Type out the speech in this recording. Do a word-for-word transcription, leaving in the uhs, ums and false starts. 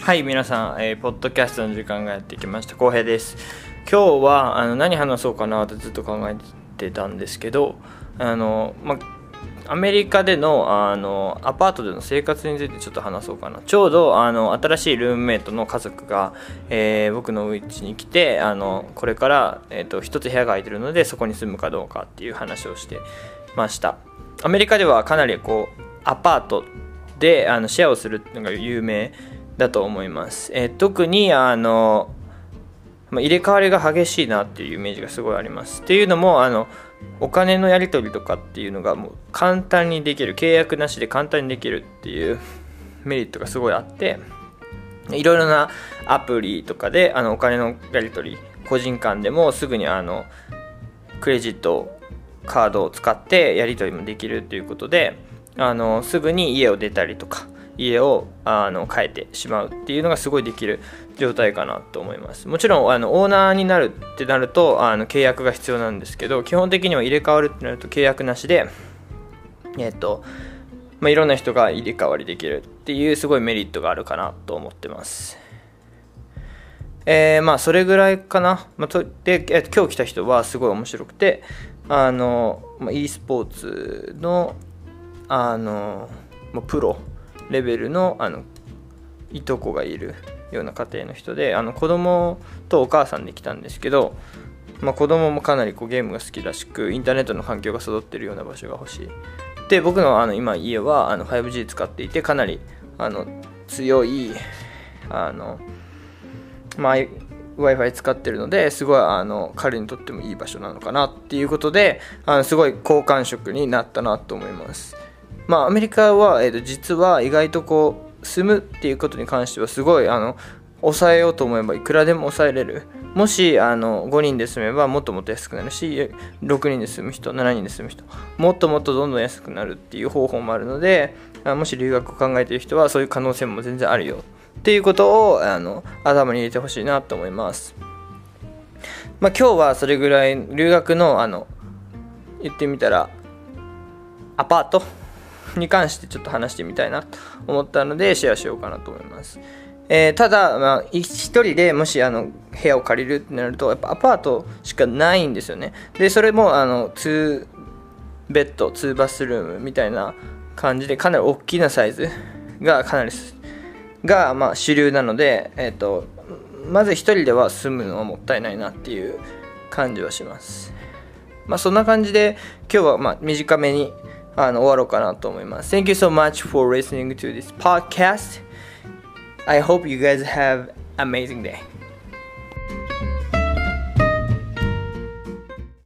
はい、皆さん、えー、ポッドキャストの時間がやってきました。浩平です。今日はあの何話そうかなとずっと考えてたんですけど、あの、ま、アメリカでの、あのアパートでの生活についてちょっと話そうかな。ちょうどあの新しいルームメイトの家族が、えー、僕の家に来て、あのこれから、えーと、一つ部屋が空いてるのでそこに住むかどうかっていう話をしてました。アメリカではかなりこうアパートであのシェアをするのが有名だと思います。えー、特にあの、まあ、入れ替わりが激しいなっていうイメージがすごいあります。っていうのもあのお金のやり取りとかっていうのがもう簡単にできる、契約なしで簡単にできるっていうメリットがすごいあって、いろいろなアプリとかであのお金のやり取り、個人間でもすぐにあのクレジットカードを使ってやり取りもできるということで、あのすぐに家を出たりとか家をあの変えてしまうっていうのがすごいできる状態かなと思います。もちろんあのオーナーになるってなるとあの契約が必要なんですけど、基本的には入れ替わるってなると契約なしで、えっとまあ、いろんな人が入れ替わりできるっていうすごいメリットがあるかなと思ってます。えー、まあそれぐらいかな。まあ、とでえ今日来た人はすごい面白くて、あの、まあ、e スポーツのあの、まあ、プロレベル の, あのいとこがいるような家庭の人で、あの子供とお母さんで来たんですけど、まあ、子供もかなりこうゲームが好きらしく、インターネットの環境が揃っているような場所が欲しい。で、僕 の, あの今家はあの ファイブジー 使っていて、かなりあの強いあの、まあ、Wi-Fi 使ってるので、すごいあの彼にとってもいい場所なのかなっていうことで、あのすごい好感触になったなと思います。まあ、アメリカは、えーと、実は意外とこう住むっていうことに関してはすごいあの抑えようと思えばいくらでも抑えれる。もしあのごにんで住めばもっともっと安くなるし、ろくにんで住む人、しちにんで住む人、もっともっとどんどん安くなるっていう方法もあるので、もし留学を考えている人はそういう可能性も全然あるよっていうことをあの頭に入れてほしいなと思います。まあ、今日はそれぐらい留学のあの言ってみたらアパートに関してちょっと話してみたいなと思ったのでシェアしようかなと思います。えー、ただ、まあ、一人でもしあの部屋を借りるってなるとやっぱアパートしかないんですよね。でそれもあのにベッドにバスルームみたいな感じでかなり大きなサイズがかなりが、まあ、主流なので、えーと、まず一人では住むのはもったいないなっていう感じはします。まあ、そんな感じで今日はまあ短めにあの終わろうかなと思います。Thank you so much for listening to this podcast. I hope you guys have an amazing day.